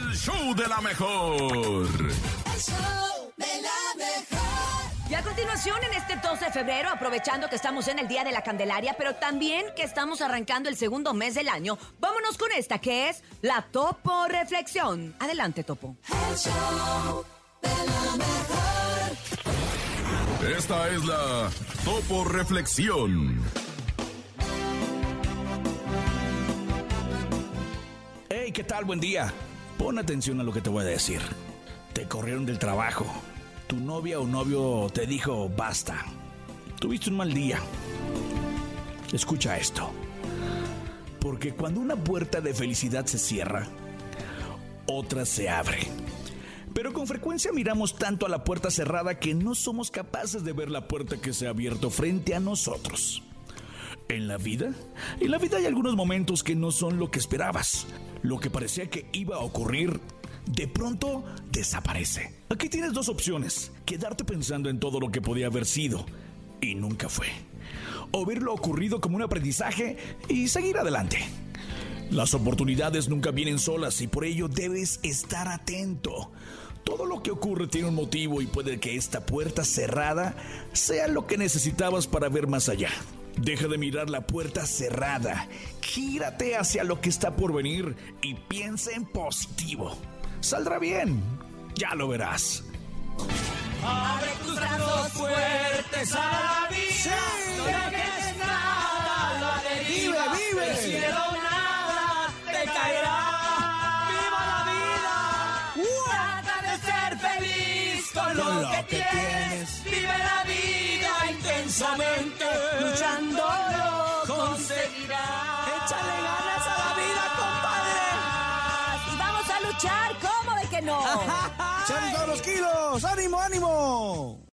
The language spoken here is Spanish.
el show de la mejor. El show de la mejor. Y a continuación, en este 12 de febrero, aprovechando que estamos en el Día de la Candelaria, pero también que estamos arrancando el segundo mes del año, vámonos con esta que es la Topo Reflexión. Adelante, Topo. El show de la mejor. Esta es la Topo Reflexión. Hey, ¿qué tal? Buen día. Pon atención a lo que te voy a decir. Te corrieron del trabajo. Tu novia o novio te dijo basta. Tuviste un mal día. Escucha esto. Porque cuando una puerta de felicidad se cierra, otra se abre. Pero con frecuencia miramos tanto a la puerta cerrada que no somos capaces de ver la puerta que se ha abierto frente a nosotros. En la vida hay algunos momentos que no son lo que esperabas. Lo que parecía que iba a ocurrir, de pronto desaparece. Aquí tienes dos opciones: quedarte pensando en todo lo que podía haber sido y nunca fue, o ver lo ocurrido como un aprendizaje y seguir adelante. Las oportunidades nunca vienen solas y por ello debes estar atento. Todo lo que ocurre tiene un motivo y puede que esta puerta cerrada sea lo que necesitabas para ver más allá. Deja de mirar la puerta cerrada, gírate hacia lo que está por venir y piensa en positivo. Saldrá bien, ya lo verás. Abre tus brazos fuertes a la vida. Sí. No dejes nada a la deriva. Vive, vive. El cielo nada te caerá. ¡Viva la vida! Trata de ser feliz con lo que tienes. Vive la vida intensamente. Luchando lo conseguirás. Échale ganas a la vida, compadre. Y vamos a luchar, ¿cómo de que no? ¡Echale todos los kilos! ¡Ánimo, ánimo!